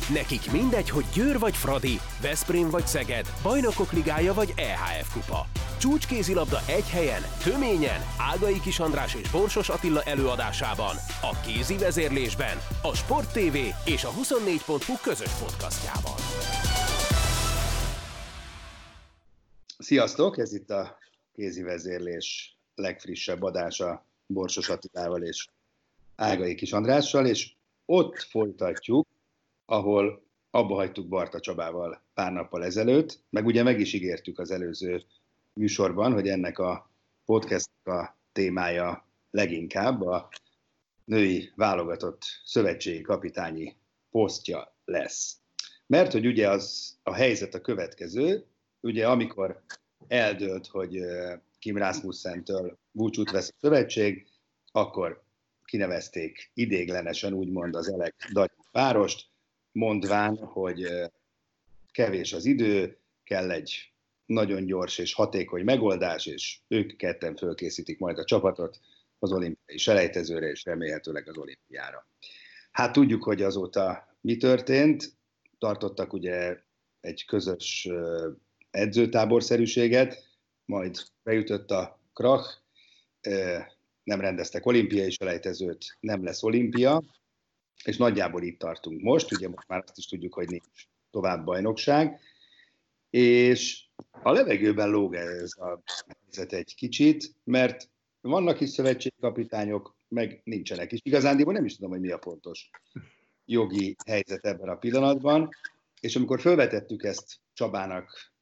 Nekik mindegy, hogy Győr vagy Fradi, Veszprém vagy Szeged, Bajnokok Ligája vagy EHF Kupa. Csúcskézilabda egy helyen, töményen, Ágai Kis András és Borsos Attila előadásában, a kézi vezérlésben, a Sport TV és a 24.hu közös podcastjában. Sziasztok! Ez itt a kézi vezérlés legfrissebb adása Borsos Attilával és Ágai Kis Andrással, és ott folytatjuk, ahol abba hagytuk Barta Csabával pár nappal ezelőtt, meg ugye meg is ígértük az előző műsorban, hogy ennek a podcastnak a témája leginkább a női válogatott szövetségi kapitányi posztja lesz. Mert hogy ugye a helyzet a következő, ugye amikor eldőlt, hogy Kim Rasmussentől búcsút vesz a szövetség, akkor kinevezték ideiglenesen úgymond az Elek-Danyi párost, mondván, hogy kevés az idő, kell egy nagyon gyors és hatékony megoldás, és ők ketten fölkészítik majd a csapatot az olimpiai selejtezőre, és remélhetőleg az olimpiára. Hát tudjuk, hogy azóta mi történt. Tartottak ugye egy közös edzőtáborszerűséget, majd beütött a krach, nem rendeztek olimpiai selejtezőt, nem lesz olimpia, és nagyjából itt tartunk most, ugye most már azt is tudjuk, hogy nincs tovább bajnokság, és a levegőben lóg ez a helyzet egy kicsit, mert vannak is szövetségkapitányok, meg nincsenek is. Igazándiból nem is tudom, hogy mi a pontos jogi helyzet ebben a pillanatban, és amikor felvetettük ezt Csabának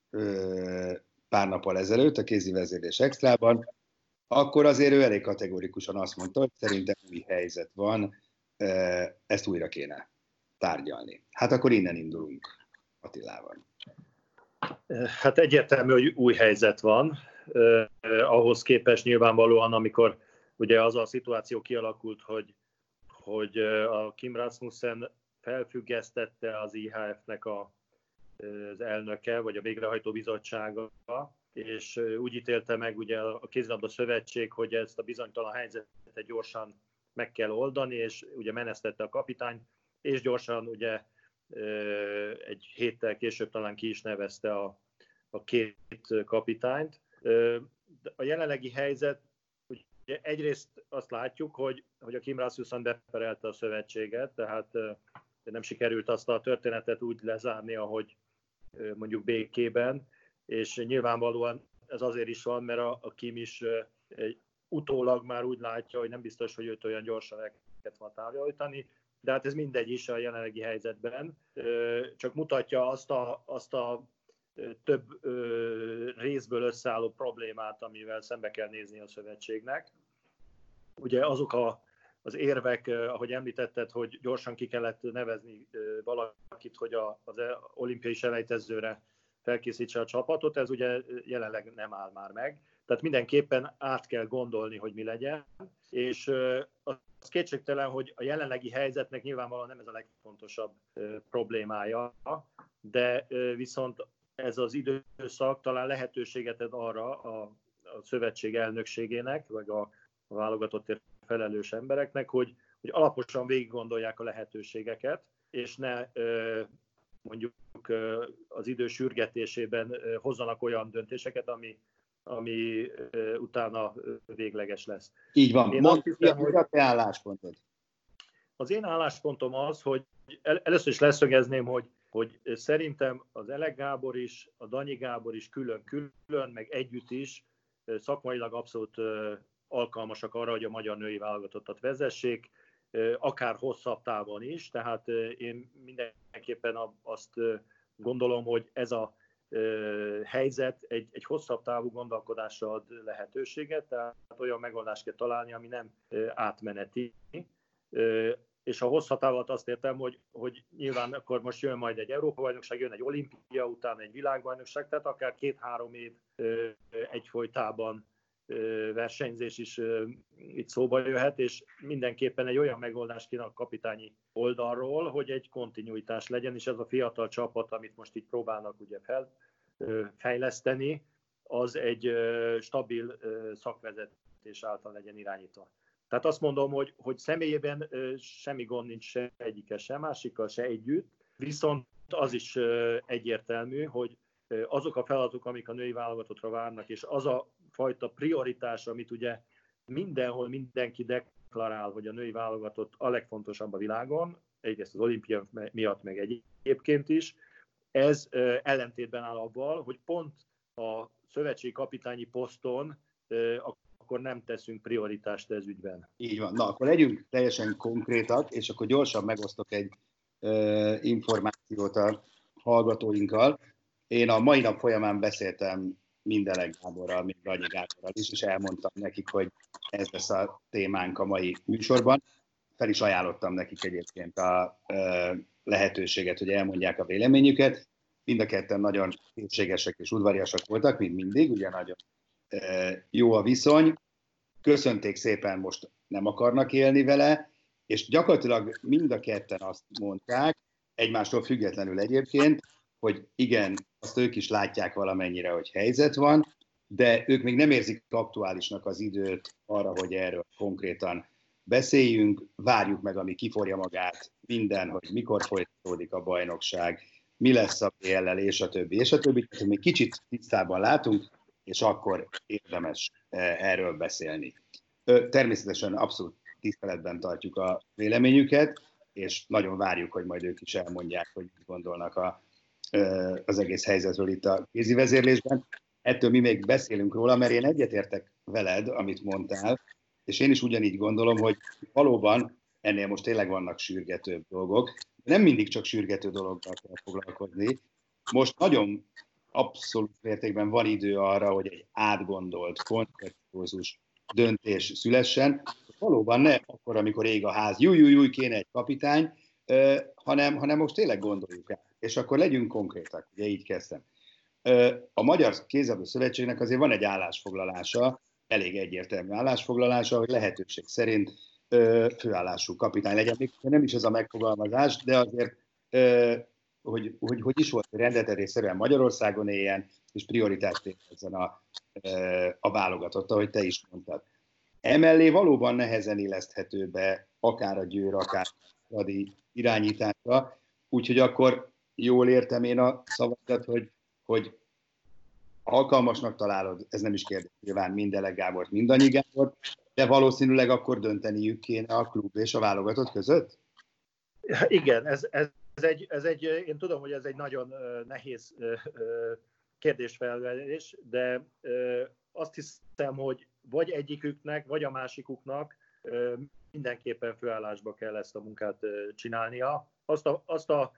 pár nappal ezelőtt a kézi vezérlés extrában, akkor azért ő elég kategorikusan azt mondta, hogy szerintem új helyzet van, ezt újra kéne tárgyalni. Hát akkor innen indulunk Attilával. Hát egyértelmű, hogy új helyzet van. Ahhoz képest nyilvánvalóan, amikor ugye az a szituáció kialakult, hogy a Kim Rasmussen felfüggesztette az IHF-nek az elnöke, vagy a végrehajtó bizottsága, és úgy ítélte meg ugye a kézilabda szövetség, hogy ezt a bizonytalan helyzetet gyorsan meg kell oldani, és ugye menesztette a kapitányt, és gyorsan ugye egy héttel később talán ki is nevezte a két kapitányt. A jelenlegi helyzet, ugye egyrészt azt látjuk, hogy a Kim Rasmussen beperelte a szövetséget, tehát nem sikerült azt a történetet úgy lezárni, ahogy mondjuk békében, és nyilvánvalóan ez azért is van, mert a Kim is utólag már úgy látja, hogy nem biztos, hogy őt olyan gyorsan el kellett volna távolítani, de hát ez mindegy is a jelenlegi helyzetben. Csak mutatja azt a több részből összeálló problémát, amivel szembe kell nézni a szövetségnek. Ugye azok az érvek, ahogy említetted, hogy gyorsan ki kellett nevezni valakit, hogy az olimpiai selejtezőre felkészítse a csapatot, ez ugye jelenleg nem áll már meg. Tehát mindenképpen át kell gondolni, hogy mi legyen, és az kétségtelen, hogy a jelenlegi helyzetnek nyilvánvalóan nem ez a legfontosabb problémája, de viszont ez az időszak talán lehetőséget ad arra a szövetség elnökségének, vagy a válogatottért felelős embereknek, hogy alaposan végig gondolják a lehetőségeket, és ne mondjuk az idő sürgetésében hozzanak olyan döntéseket, ami utána végleges lesz. Így van. Mondd, mi a te álláspontod? Az én álláspontom az, hogy először is leszögezném, hogy szerintem az Elek Gábor is, a Danyi Gábor is külön, meg együtt is szakmailag abszolút alkalmasak arra, hogy a magyar női válogatottat vezessék, akár hosszabb távon is, tehát én mindenképpen azt gondolom, hogy ez a helyzet egy hosszabb távú gondolkodásra ad lehetőséget, tehát olyan megoldást kell találni, ami nem átmeneti. És a hosszabb távot azt értem, hogy nyilván akkor most jön majd egy Európa-bajnokság, jön egy olimpia, utána egy világbajnokság, tehát akár 2-3 év egyfolytában versenyzés is itt szóba jöhet, és mindenképpen egy olyan megoldás kéne a kapitányi oldalról, hogy egy kontinuitás legyen, és ez a fiatal csapat, amit most itt próbálnak ugye fejleszteni, az egy stabil szakvezetés által legyen irányítva. Tehát azt mondom, hogy személyében semmi gond nincs se egyikkel, se másikkal, se együtt, Viszont az is egyértelmű, hogy azok a feladatok, amik a női válogatottra várnak, és az a fajta prioritás, amit ugye mindenhol mindenki deklarál, hogy a női válogatott a legfontosabb a világon, egyrészt az olimpia miatt, meg egyébként is, ez ellentétben áll avval, hogy pont a szövetségi kapitányi poszton akkor nem teszünk prioritást ez ügyben. Így van. Na, akkor legyünk teljesen konkrétak, és akkor gyorsan megosztok egy információt a hallgatóinkkal. Én a mai nap folyamán beszéltem Mindeleg Gáborral, még Ragyi Gáborral is, és elmondtam nekik, hogy ez lesz a témánk a mai műsorban. Fel is ajánlottam nekik egyébként a lehetőséget, hogy elmondják a véleményüket. Mind a ketten nagyon készségesek és udvariasak voltak, mint mindig, ugye nagyon jó a viszony. Köszönték szépen, most nem akarnak élni vele, és gyakorlatilag mind a ketten azt mondták, egymástól függetlenül egyébként, hogy igen, azt ők is látják valamennyire, hogy helyzet van, de ők még nem érzik aktuálisnak az időt arra, hogy erről konkrétan beszéljünk, várjuk meg, ami kiforja magát, minden, hogy mikor folytatódik a bajnokság, mi lesz a BL-lel, és a többi, és a többi. Tehát még kicsit tisztában látunk, és akkor érdemes erről beszélni. Természetesen abszolút tiszteletben tartjuk a véleményüket, és nagyon várjuk, hogy majd ők is elmondják, hogy mit gondolnak az egész helyzetről itt a kézi vezérlésben. Ettől mi még beszélünk róla, mert én egyetértek veled, amit mondtál, és én is ugyanígy gondolom, hogy valóban ennél most tényleg vannak sürgetőbb dolgok. Nem mindig csak sürgető dologgal kell foglalkozni. Most nagyon abszolút mértékben van idő arra, hogy egy átgondolt, koncepciózus döntés szülessen. Valóban ne akkor, amikor ég a ház, júj, kéne egy kapitány, hanem most tényleg gondoljuk át. És akkor legyünk konkrétak, ugye így kezdtem. A Magyar Kézilabda Szövetségnek azért van egy állásfoglalása, elég egyértelmű állásfoglalása, hogy lehetőség szerint főállású kapitány legyen. Még nem is ez a megfogalmazás, de azért, hogy is volt, hogy rendeltetésszerűen Magyarországon éljen, és prioritást élvezzen a válogatott, ahogy te is mondtad. Emellé valóban nehezen illeszthető be akár a Győr, akár a Fradi irányításra, úgyhogy akkor jól értem én a szavakat, hogy alkalmasnak találod, ez nem is kérdés, nyilván Mindeleg Gábort, Mindanyi Gábort, de valószínűleg akkor dönteniük kéne a klub és a válogatott között? Igen, én tudom, hogy ez egy nagyon nehéz kérdésfelvelés, de azt hiszem, hogy vagy egyiküknek, vagy a másikuknak mindenképpen főállásba kell ezt a munkát csinálnia. Azt a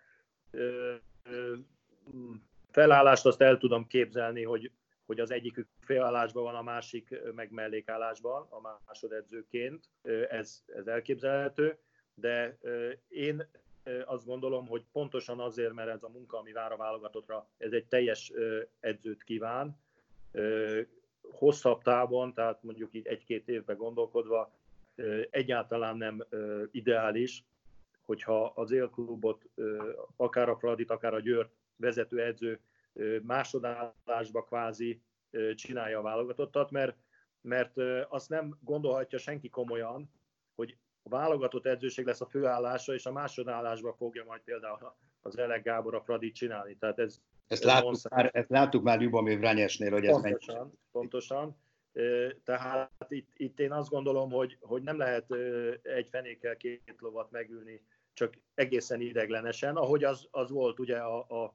felállást azt el tudom képzelni, hogy az egyikük főállásban van, a másik meg mellékállásban, a másodedzőként. Ez elképzelhető, de én azt gondolom, hogy pontosan azért, mert ez a munka, ami vár a válogatottra, ez egy teljes edzőt kíván. Hosszabb távon, tehát mondjuk így 1-2 évben gondolkodva, egyáltalán nem ideális, hogyha az élklubot, akár a Fradit, akár a Győrt vezetőedző másodállásba kvázi csinálja a válogatottat, mert azt nem gondolhatja senki komolyan, hogy a válogatott edzőség lesz a főállása, és a másodállásba fogja majd például az Elek Gábor a Fradit csinálni. Tehát ezt láttuk már Ljubomir Vranyesnél, hogy ez pontosan. Tehát itt én azt gondolom, hogy nem lehet egy fenékkel 2 lovat megülni, csak egészen ideiglenesen, ahogy az volt ugye a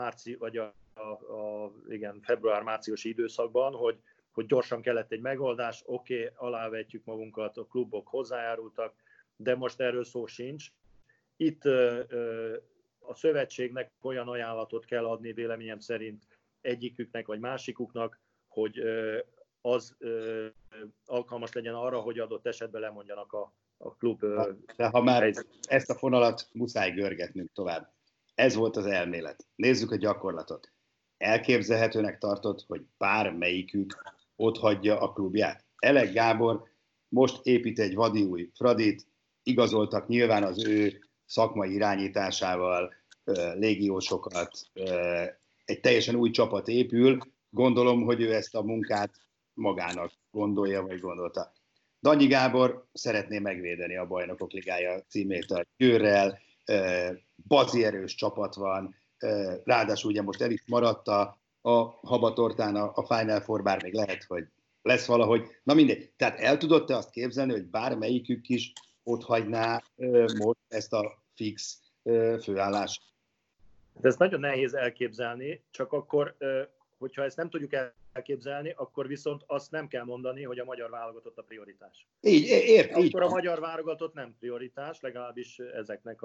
február-márciusi időszakban, hogy gyorsan kellett egy megoldás, oké, alávetjük magunkat, a klubok hozzájárultak, de most erről szó sincs. Itt a szövetségnek olyan ajánlatot kell adni véleményem szerint egyiküknek vagy másikuknak, hogy az alkalmas legyen arra, hogy adott esetben lemondjanak a klub. De ha már ezt a fonalat muszáj görgetnünk tovább. Ez volt az elmélet. Nézzük a gyakorlatot. Elképzelhetőnek tartod, hogy bármelyikük otthagyja a klubját. Elek Gábor most épít egy vadi új Fradit, igazoltak nyilván az ő szakmai irányításával, légiósokat, egy teljesen új csapat épül. Gondolom, hogy ő ezt a munkát magának gondolja, vagy gondolta. Danyi Gábor szeretné megvédeni a Bajnokok Ligája címét a Győrrel, bazierős csapat van, ráadásul ugye most el is maradt a habatortán a Final Four, bár még lehet, hogy lesz valahogy. Na mindegy. Tehát el tudod-e azt képzelni, hogy bármelyikük is ott hagyná most ezt a fix főállást? De ezt nagyon nehéz elképzelni, csak akkor, hogyha ezt nem tudjuk elképzelni, akkor viszont azt nem kell mondani, hogy a magyar válogatott a prioritás. Akkor a magyar válogatott nem prioritás, legalábbis ezeknek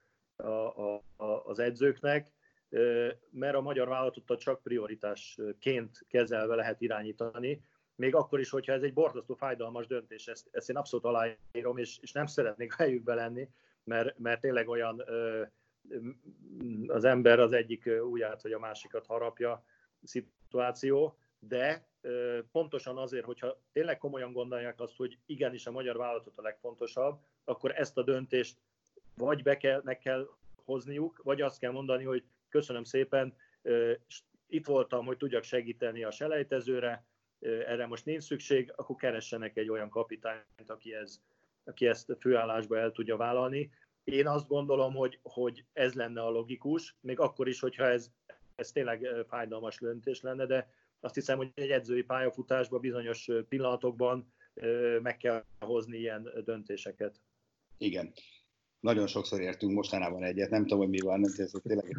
az edzőknek, mert a magyar válogatottat csak prioritásként kezelve lehet irányítani, még akkor is, hogyha ez egy borzasztó fájdalmas döntés. Ezt én abszolút aláírom, és nem szeretnék helyükbe lenni, mert tényleg olyan az ember az egyik ujját, hogy a másikat harapja szituáció, de pontosan azért, hogyha tényleg komolyan gondolják azt, hogy igenis a magyar vállalatot a legfontosabb, akkor ezt a döntést vagy meg kell hozniuk, vagy azt kell mondani, hogy köszönöm szépen, itt voltam, hogy tudjak segíteni a selejtezőre, erre most nincs szükség, akkor keressenek egy olyan kapitányt, aki ezt főállásba el tudja vállalni. Én azt gondolom, hogy ez lenne a logikus, még akkor is, hogyha ez tényleg fájdalmas döntés lenne, de azt hiszem, hogy egy edzői pályafutásban bizonyos pillanatokban meg kell hozni ilyen döntéseket. Igen. Nagyon sokszor értünk mostanában egyet, nem tudom, hogy mi van, ez tényleg...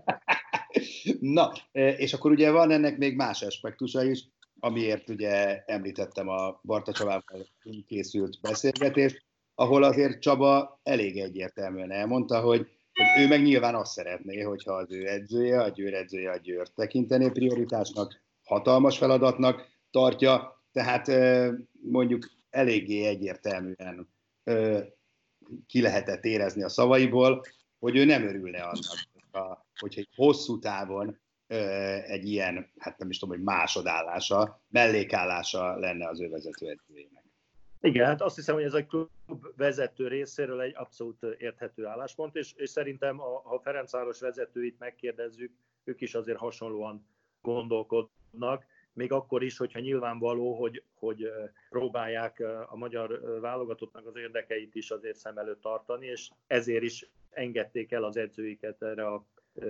Na, és akkor ugye van ennek még más aspektusa is, amiért ugye említettem a Barta Csabával készült beszélgetést, ahol azért Csaba elég egyértelműen elmondta, hogy ő meg nyilván azt szeretné, hogyha az ő edzője, a Győr edzője a Győrt tekintené prioritásnak, hatalmas feladatnak tartja, tehát mondjuk eléggé egyértelműen ki lehetett érezni a szavaiból, hogy ő nem örülne annak, hogyha egy hosszú távon egy ilyen, hát nem is tudom, hogy másodállása, mellékállása lenne az ő vezetőedzőjének. Igen, hát azt hiszem, hogy ez a klub vezető részéről egy abszolút érthető álláspont, és szerintem, ha Ferencváros vezetőit megkérdezzük, ők is azért hasonlóan gondolkodnak, még akkor is, hogyha nyilvánvaló, hogy próbálják a magyar válogatottnak az érdekeit is azért szem előtt tartani, és ezért is engedték el az edzőiket erre a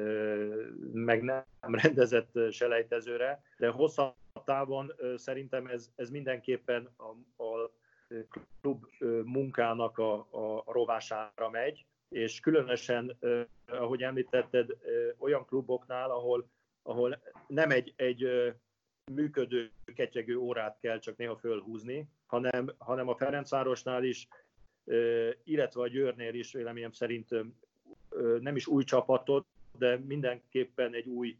meg nem rendezett selejtezőre, de hosszabb távon szerintem ez mindenképpen a klub munkának a rovására megy, és különösen, ahogy említetted, olyan kluboknál, ahol nem egy működő, ketyegő órát kell csak néha fölhúzni, hanem a Ferencvárosnál is, illetve a Győrnél is véleményem szerint nem is új csapatot, de mindenképpen egy új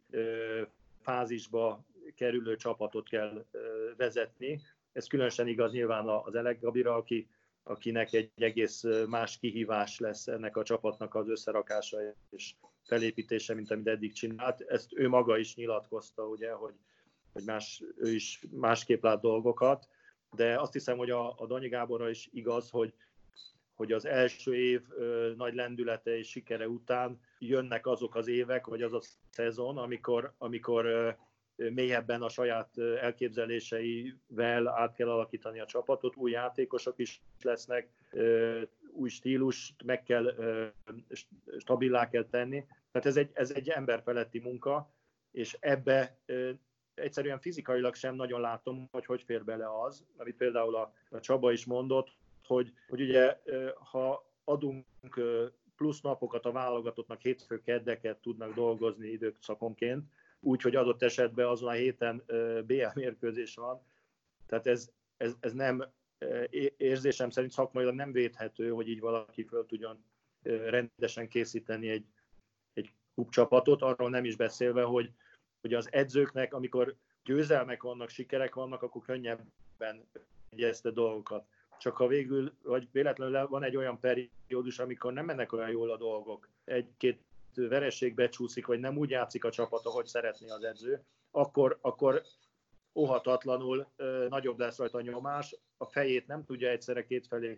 fázisba kerülő csapatot kell vezetni. Ez különösen igaz nyilván az Elek Gabira, akinek egy egész más kihívás lesz ennek a csapatnak az összerakása és felépítése, mint amit eddig csinált. Ezt ő maga is nyilatkozta, ugye, hogy ő is másképp lát dolgokat, de azt hiszem, hogy a Danyi Gáborra is igaz, hogy az első év nagy lendülete és sikere után jönnek azok az évek, vagy az a szezon, amikor mélyebben a saját elképzeléseivel át kell alakítani a csapatot, új játékosok is lesznek, új stílust meg kell, stabilá kell tenni. Tehát ez egy emberfeletti munka, és ebbe egyszerűen fizikailag sem nagyon látom, hogy fér bele az, amit például a Csaba is mondott, hogy ugye ha adunk plusz napokat a válogatottnak, hétfő-keddeket tudnak dolgozni időszakonként, úgyhogy adott esetben azon a héten BL mérkőzés van. Tehát ez nem, érzésem szerint szakmailag nem védhető, hogy így valaki föl tudjon rendesen készíteni egy klubcsapatot, arról nem is beszélve, hogy az edzőknek, amikor győzelmek vannak, sikerek vannak, akkor könnyebben egyezte dolgokat. Csak ha végül, vagy véletlenül van egy olyan periódus, amikor nem mennek olyan jól a dolgok, egy-két vereség becsúszik, vagy nem úgy játszik a csapat, ahogy szeretné az edző, akkor óhatatlanul nagyobb lesz rajta a nyomás, a fejét nem tudja egyszerre kétfelé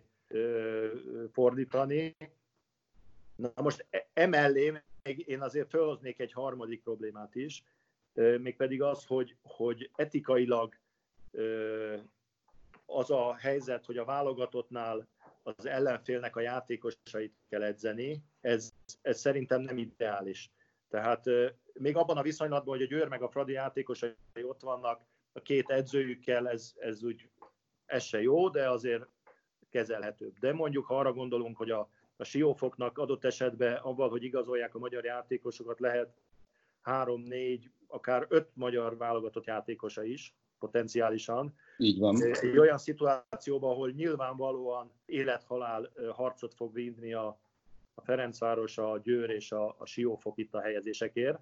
fordítani. Na most emellé még én azért felhoznék egy harmadik problémát is, mégpedig az, hogy etikailag az a helyzet, hogy a válogatottnál az ellenfélnek a játékosait kell edzeni, ez szerintem nem ideális. Tehát még abban a viszonylatban, hogy a Győr meg a Fradi játékosai ott vannak, a két edzőjükkel, ez se jó, de azért kezelhetőbb. De mondjuk, ha arra gondolunk, hogy a Siófoknak adott esetben abban, hogy igazolják a magyar játékosokat, lehet 3-4, akár 5 magyar válogatott játékosa is, potenciálisan. Így van. Egy olyan szituációban, ahol nyilvánvalóan élethalál harcot fog vinni a Ferencváros, a Győr és a Siófok itt a helyezésekért.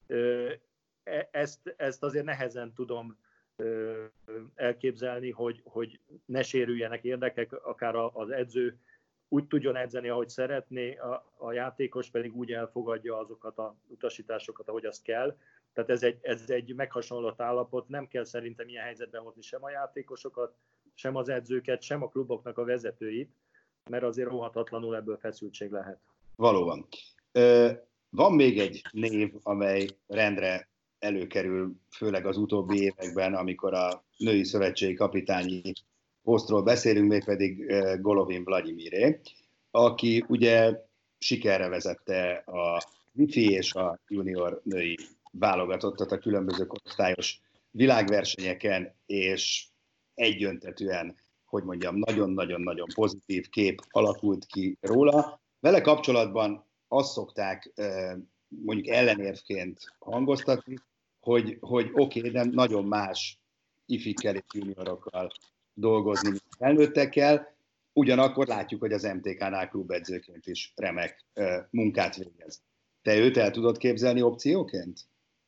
Ezt azért nehezen tudom elképzelni, hogy ne sérüljenek érdekek, akár az edző úgy tudjon edzeni, ahogy szeretné, a játékos pedig úgy elfogadja azokat az utasításokat, ahogy azt kell. Tehát ez egy meghasonlott állapot, nem kell szerintem ilyen helyzetben hozni sem a játékosokat, sem az edzőket, sem a kluboknak a vezetőit, mert azért rohatatlanul ebből feszültség lehet. Valóban. Van még egy név, amely rendre előkerül, főleg az utóbbi években, amikor a női szövetségi kapitányi posztról beszélünk, mégpedig Golovin Vlagyimiré, aki ugye sikerre vezette a wifi és a junior női válogatottat a különböző korosztályos világversenyeken, és egyöntetűen, hogy mondjam, nagyon-nagyon-nagyon pozitív kép alakult ki róla. Vele kapcsolatban azt szokták mondjuk ellenérvként hangoztatni, hogy oké, de nagyon más ifikkel és juniorokkal dolgozni, mint felnőttekkel, ugyanakkor látjuk, hogy az MTK-nál klubedzőként is remek munkát végez. Te őt el tudod képzelni opcióként?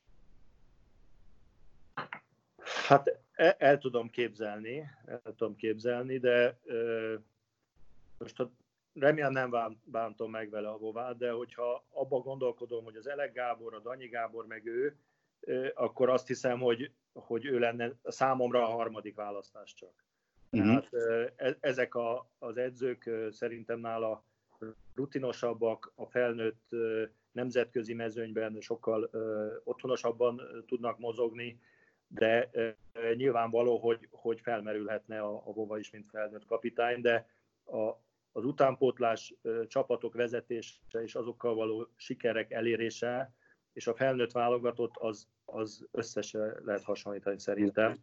Hát el tudom képzelni, de most remélem nem bántom meg vele a Vovát, de hogyha abba gondolkodom, hogy az Elek Gábor, a Danyi Gábor meg ő, akkor azt hiszem, hogy ő lenne számomra a harmadik választás csak. Tehát ezek az edzők szerintem nála rutinosabbak, a felnőtt nemzetközi mezőnyben sokkal otthonosabban tudnak mozogni, de nyilvánvaló, hogy felmerülhetne a Vova is, mint felnőtt kapitány, de az utánpótlás csapatok vezetése és azokkal való sikerek elérése, és a felnőtt válogatott az összesen lehet hasonlítani szerintem.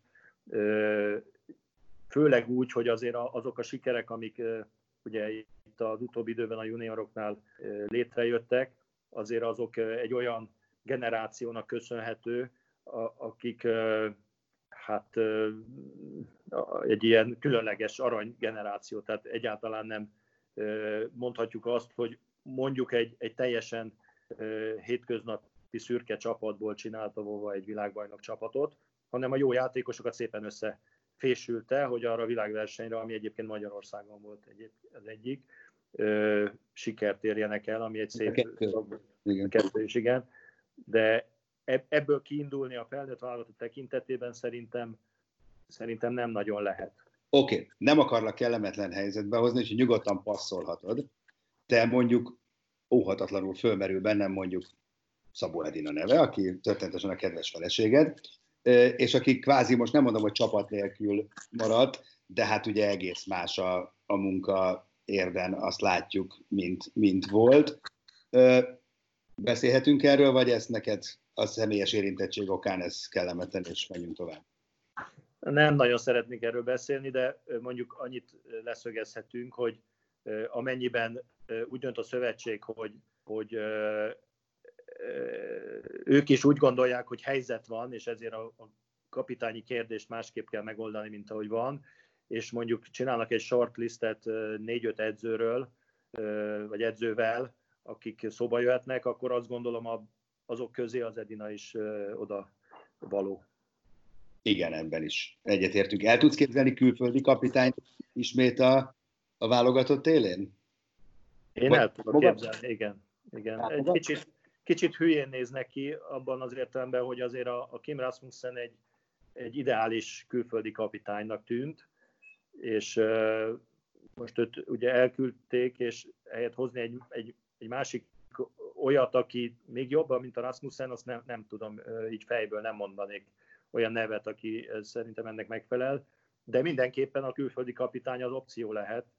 Főleg úgy, hogy azért azok a sikerek, amik ugye itt az utóbbi időben a junioroknál létrejöttek, azért azok egy olyan generációnak köszönhető, akik hát egy ilyen különleges aranygeneráció, tehát egyáltalán nem mondhatjuk azt, hogy mondjuk egy teljesen hétköznapi szürke csapatból csinálta Vova egy világbajnok csapatot, hanem a jó játékosokat szépen összefésülte, hogy arra a világversenyre, ami egyébként Magyarországon volt az egyik, sikert érjenek el, ami egy szép kettő is, igen. De ebből kiindulni a felnőtt válogatott tekintetében szerintem nem nagyon lehet. Oké, nem akarlak kellemetlen helyzetbe hozni, úgyhogy nyugodtan passzolhatod. Te mondjuk óhatatlanul fölmerül bennem mondjuk Szabó Edina neve, aki történetesen a kedves feleséged, és aki kvázi, most nem mondom, hogy csapat nélkül maradt, de hát ugye egész más a munka érden, azt látjuk, mint volt. Beszélhetünk erről, vagy ez neked a személyes érintettség okán ez kellemetlen, és menjünk tovább? Nem nagyon szeretnék erről beszélni, de mondjuk annyit leszögezhetünk, hogy amennyiben úgy dönt a szövetség, hogy ők is úgy gondolják, hogy helyzet van, és ezért a kapitányi kérdést másképp kell megoldani, mint ahogy van, és mondjuk csinálnak egy shortlistet 4-5 edzőről, vagy edzővel, akik szóba jöhetnek, akkor azt gondolom azok közé az Edina is oda való. Igen, ebben is egyetértünk. El tudsz képzelni külföldi kapitányt ismét a válogatott élén? Én el tudok képzelni, igen. Egy kicsit hülyén néz neki abban az értelemben, hogy azért a Kim Rasmussen egy ideális külföldi kapitánynak tűnt, és most őt ugye elküldték, és helyett hozni egy másik olyat, aki még jobban, mint a Rasmussen, azt nem tudom, így fejből nem mondanék olyan nevet, aki szerintem ennek megfelel, de mindenképpen a külföldi kapitány az opció lehet,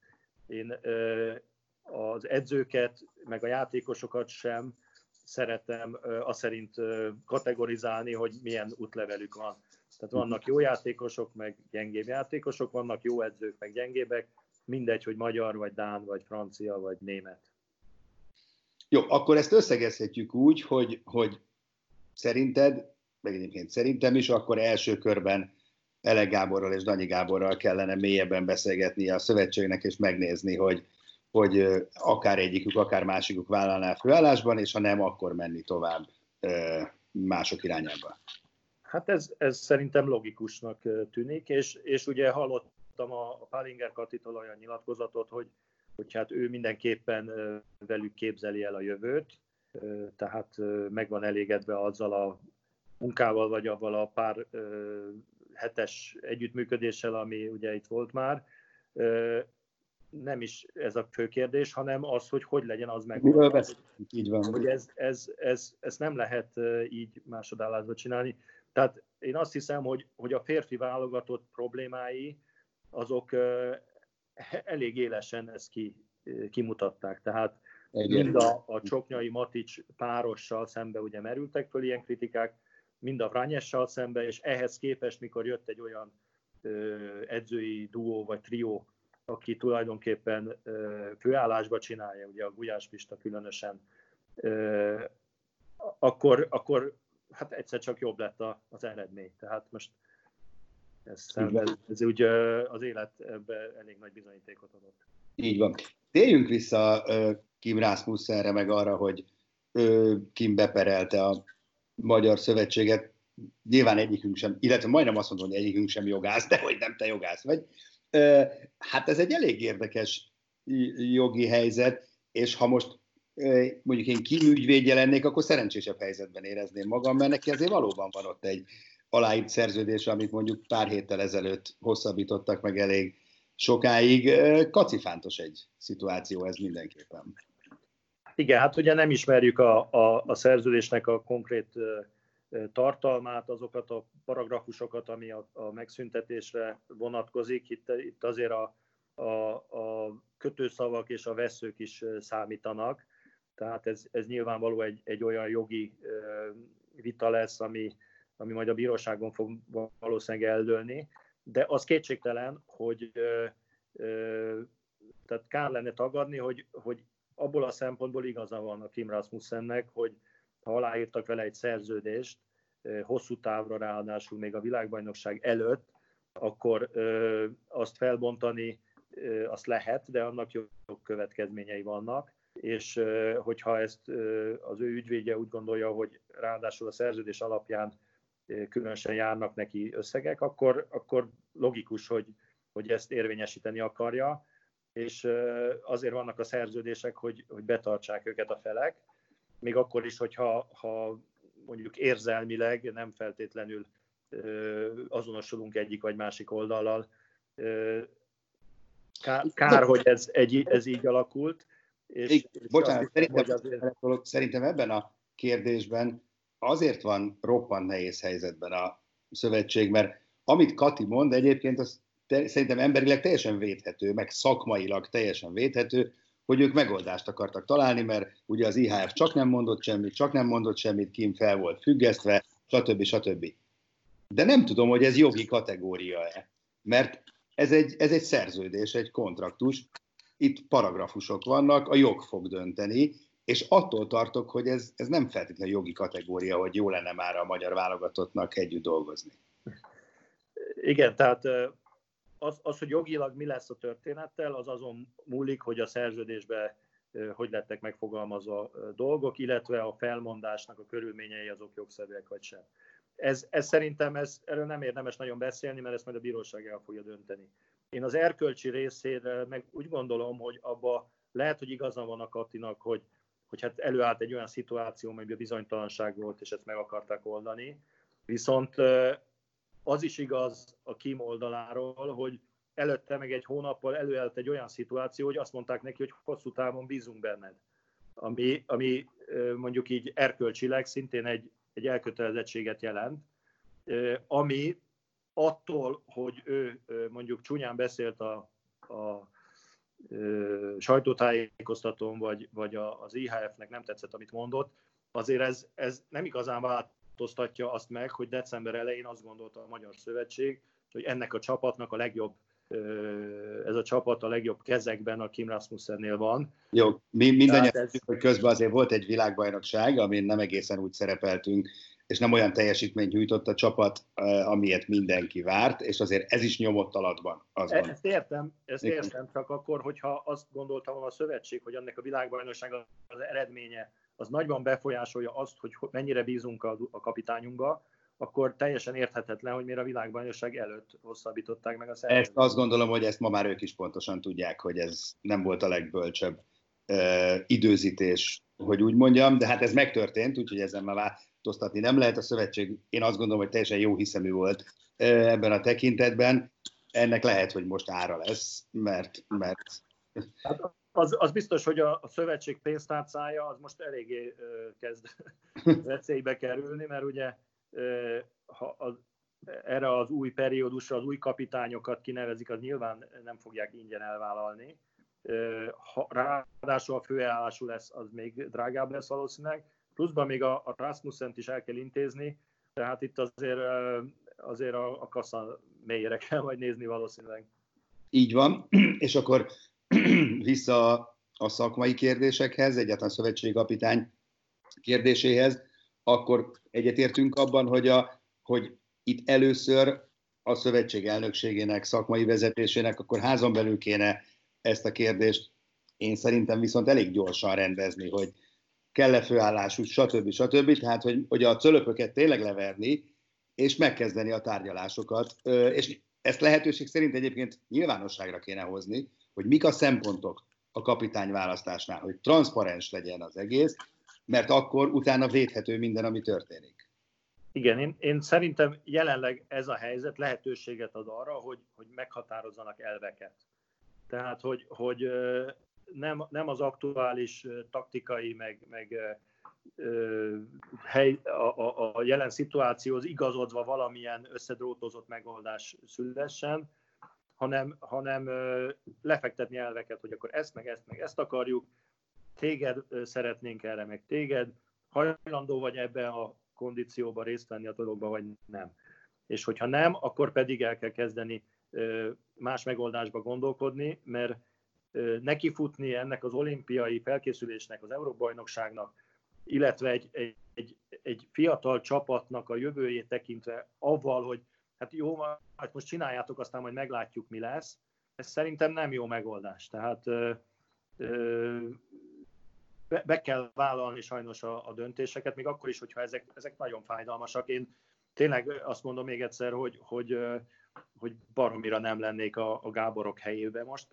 Én az edzőket, meg a játékosokat sem szeretem azt szerint kategorizálni, hogy milyen útlevelük van. Tehát vannak jó játékosok, meg gyengébb játékosok, vannak jó edzők, meg gyengébbek, mindegy, hogy magyar, vagy dán, vagy francia, vagy német. Jó, akkor ezt összegezhetjük úgy, hogy szerinted, meg egyébként szerintem is, akkor első körben Elek Gáborral és Danyi Gáborral kellene mélyebben beszélgetni a szövetségnek, és megnézni, hogy akár egyikük, akár másikuk vállalná főállásban, és ha nem, akkor menni tovább mások irányába. Hát ez szerintem logikusnak tűnik, és ugye hallottam a Pálinger Katitól olyan nyilatkozatot, hogy hát ő mindenképpen velük képzeli el a jövőt, tehát meg van elégedve azzal a munkával, vagy avval a pár hetes együttműködéssel, ami ugye itt volt már. Nem is ez a fő kérdés, hanem az, hogy legyen az megoldva. Így van. Hogy ezt nem lehet így másodállásba csinálni. Tehát én azt hiszem, hogy a férfi válogatott problémái, azok elég élesen ezt kimutatták. Tehát mind a Csoknyai Matics párossal szembe ugye merültek föl ilyen kritikák, mind a Vranyessal szembe, és ehhez képest, mikor jött egy olyan edzői duó vagy trió, aki tulajdonképpen főállásba csinálja, ugye a Gulyás Pista különösen, akkor hát egyszer csak jobb lett az eredmény. Tehát most ez úgy az élet ebbe elég nagy bizonyítékot adott. Így van. Térjünk vissza Kim Rasmussenre, meg arra, hogy Kim beperelte a Magyar Szövetséget. Nyilván egyikünk sem, illetve majdnem azt mondom, hogy egyikünk sem jogász, de hogy nem te jogász vagy. Hát ez egy elég érdekes jogi helyzet, és ha most mondjuk én Kim ügyvédje lennék, akkor szerencsésebb helyzetben érezném magam, mert neki azért valóban van ott egy aláírt szerződés, amit mondjuk pár héttel ezelőtt hosszabbítottak meg elég sokáig. Kacifántos egy szituáció ez mindenképpen. Igen, hát ugye nem ismerjük a szerződésnek a konkrét tartalmát, azokat a paragrafusokat, ami a megszüntetésre vonatkozik. Itt azért a kötőszavak és a vesszők is számítanak. Tehát ez nyilvánvaló egy olyan jogi vita lesz, ami majd a bíróságon fog valószínűleg eldőlni. De az kétségtelen, hogy tehát kár lenne tagadni, hogy abból a szempontból igaza van a Kim Rasmussennek, hogy ha aláírtak vele egy szerződést, hosszú távra ráadásul még a világbajnokság előtt, akkor azt felbontani azt lehet, de annak következményei vannak, és hogyha ezt az ő ügyvédje úgy gondolja, hogy ráadásul a szerződés alapján különösen járnak neki összegek, akkor logikus, hogy ezt érvényesíteni akarja, és azért vannak a szerződések, hogy betartsák őket a felek, még akkor is, hogyha mondjuk érzelmileg nem feltétlenül azonosulunk egyik vagy másik oldallal. Kár, hogy ez így alakult. Bocsánat, szerintem ebben a kérdésben azért van roppant nehéz helyzetben a szövetség, mert amit Kati mond egyébként, az szerintem emberileg teljesen védhető, meg szakmailag teljesen védhető, hogy ők megoldást akartak találni, mert ugye az IHF csak nem mondott semmit, Kim fel volt függesztve, stb. De nem tudom, hogy ez jogi kategória-e, mert ez egy szerződés, egy kontraktus, itt paragrafusok vannak, a jog fog dönteni, és attól tartok, hogy ez nem feltétlenül jogi kategória, hogy jó lenne már a magyar válogatottnak együtt dolgozni. Igen, tehát az, hogy jogilag mi lesz a történettel, az azon múlik, hogy a szerződésben hogy lettek megfogalmazva dolgok, illetve a felmondásnak a körülményei azok jogszerűek vagy sem. Ez szerintem erről nem érdemes nagyon beszélni, mert ezt majd a bíróság el fogja dönteni. Én az erkölcsi részére meg úgy gondolom, hogy abba lehet, hogy igaza van a Katinak, hogy hát előállt egy olyan szituáció, amelyben bizonytalanság volt, és ezt meg akarták oldani. Viszont az is igaz a Kim oldaláról, hogy előtte meg egy hónappal előállt egy olyan szituáció, hogy azt mondták neki, hogy hosszú távon bízunk benned. Ami mondjuk így erkölcsileg szintén egy elkötelezettséget jelent, ami attól, hogy ő mondjuk csúnyán beszélt a sajtótájékoztatón, vagy az IHF-nek nem tetszett, amit mondott, azért ez nem igazán változtatja azt meg, hogy december elején azt gondolta a Magyar Szövetség, hogy ennek a csapatnak a legjobb, ez a csapat a legjobb kezekben a Kim Rasmussennél van. Jó, mi mindannyian tudjuk, hogy közben azért volt egy világbajnokság, amin nem egészen úgy szerepeltünk, és nem olyan teljesítményt nyújtott a csapat, amilyet mindenki várt, és azért ez is nyomott alatban. Ezt értem, csak akkor, hogyha azt gondoltam a szövetség, hogy ennek a világbajnokság az eredménye, az nagyban befolyásolja azt, hogy mennyire bízunk a kapitányunkba, akkor teljesen érthetetlen, hogy miért a világbajnokság előtt hosszabbították meg a szerződést. Ezt azt gondolom, hogy ezt ma már ők is pontosan tudják, hogy ez nem volt a legbölcsebb időzítés, hogy úgy mondjam, de hát ez megtörtént, úgyhogy ezen már változtatni nem lehet. A szövetség, én azt gondolom, hogy teljesen jó hiszemű volt ebben a tekintetben. Ennek lehet, hogy most ára lesz, mert... Hát az biztos, hogy a szövetség pénztárcája az most eléggé kezd veszélybe kerülni, mert ugye ha erre az új periódusra az új kapitányokat kinevezik, az nyilván nem fogják ingyen elvállalni. Ráadásul a főállású lesz, az még drágább lesz valószínűleg. Pluszban még a Rasmussent is el kell intézni, tehát itt azért a kassa mélyére kell majd nézni valószínűleg. Így van, és akkor vissza a szakmai kérdésekhez, egyáltalán a szövetségkapitány kérdéséhez, akkor egyetértünk abban, hogy itt először a szövetség elnökségének, szakmai vezetésének akkor házon belül kéne ezt a kérdést én szerintem viszont elég gyorsan rendezni, hogy kell-e főállású, stb. Tehát, hogy a cölöpöket tényleg leverni, és megkezdeni a tárgyalásokat. És ezt lehetőség szerint egyébként nyilvánosságra kéne hozni, hogy mik a szempontok a kapitányválasztásnál, hogy transzparens legyen az egész, mert akkor utána védhető minden, ami történik. Igen, én szerintem jelenleg ez a helyzet lehetőséget ad arra, hogy meghatározzanak elveket. Tehát, hogy nem az aktuális taktikai, meg a jelen szituációhoz igazodva valamilyen összedrótozott megoldás szülessen, hanem lefektetni elveket, hogy akkor ezt, meg ezt akarjuk, téged szeretnénk erre, meg téged, hajlandó vagy ebben a kondícióban részt venni a dologba, vagy nem. És hogyha nem, akkor pedig el kell kezdeni más megoldásba gondolkodni, mert nekifutni ennek az olimpiai felkészülésnek, az Európa-bajnokságnak, illetve egy fiatal csapatnak a jövőjét tekintve avval, hogy hát jó, hát most csináljátok, aztán majd meglátjuk, mi lesz. Ez szerintem nem jó megoldás. Tehát be kell vállalni sajnos a döntéseket, még akkor is, hogyha ezek nagyon fájdalmasak. Én tényleg azt mondom még egyszer, hogy baromira nem lennék a Gáborok helyébe most,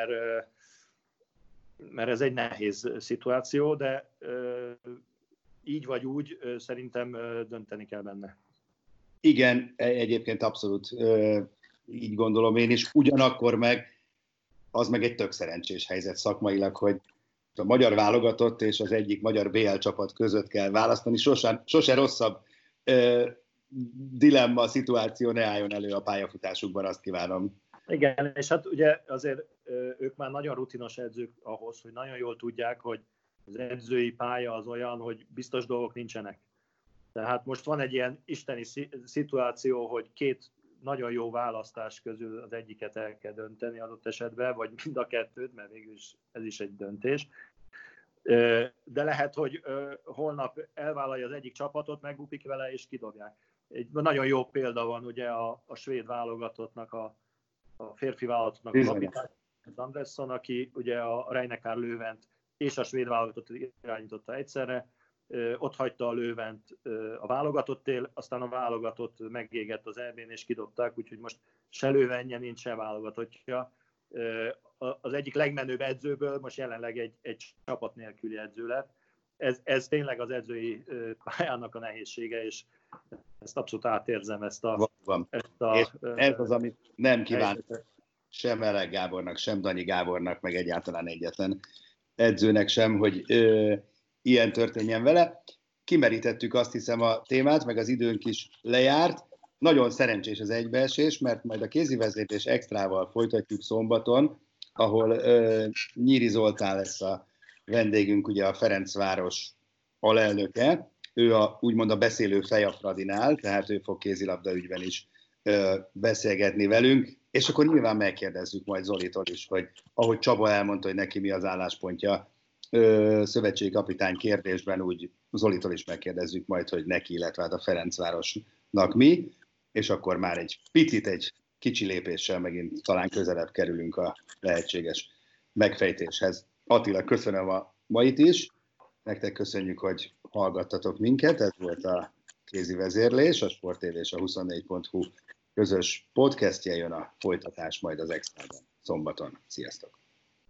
mert ez egy nehéz szituáció, de így vagy úgy szerintem dönteni kell benne. Igen, egyébként abszolút így gondolom én is. Ugyanakkor az meg egy tök szerencsés helyzet szakmailag, hogy a magyar válogatott és az egyik magyar BL csapat között kell választani. Sose rosszabb dilemma, szituáció ne álljon elő a pályafutásukban, azt kívánom. Igen, és hát ugye azért ők már nagyon rutinos edzők ahhoz, hogy nagyon jól tudják, hogy az edzői pálya az olyan, hogy biztos dolgok nincsenek. Tehát most van egy ilyen isteni szituáció, hogy két nagyon jó választás közül az egyiket el kell dönteni adott esetben, vagy mind a kettőt, mert végül is ez is egy döntés. De lehet, hogy holnap elvállalja az egyik csapatot, megbukik vele, és kidobják. Egy nagyon jó példa van ugye a svéd válogatottnak, a férfi válogatottnak a kapitány, Andersson, aki ugye a Rhein-Neckar Löwent és a svéd válogatottat irányította egyszerre, ott hagyta a Löwent a válogatottél, aztán a válogatott megégett az EB-n és kidobták, úgyhogy most se Löwenje nincs, se válogatottja. Az egyik legmenőbb edzőből most jelenleg egy csapat nélküli edző lett. Ez tényleg az edzői pályának a nehézsége, és ezt abszolút átérzem, ez az, amit nem kíván sem Elek Gábornak, sem Danyi Gábornak, meg egyáltalán egyetlen edzőnek sem, hogy ilyen történjen vele. Kimerítettük, azt hiszem, a témát, meg az időnk is lejárt. Nagyon szerencsés az egybeesés, mert majd a kézivezérlés extrával folytatjuk szombaton ahol Nyíri Zoltán lesz a vendégünk, ugye a Ferencváros alelnöke. Ő úgymond a beszélő fej a Fradinál, tehát ő fog kézilabda ügyben is beszélgetni velünk, és akkor nyilván megkérdezzük majd Zolitól is, hogy ahogy Csaba elmondta, hogy neki mi az álláspontja szövetségi kapitány kérdésben, úgy Zolitól is megkérdezzük majd, hogy neki, illetve a Ferencvárosnak mi, és akkor már egy kicsi lépéssel megint talán közelebb kerülünk a lehetséges megfejtéshez. Attila, köszönöm a mait is, nektek köszönjük, hogy hallgattatok minket, ez volt a Kézi Vezérlés, a Sport TV és a 24.hu közös podcastje, jön a folytatás majd az Extrában szombaton. Sziasztok!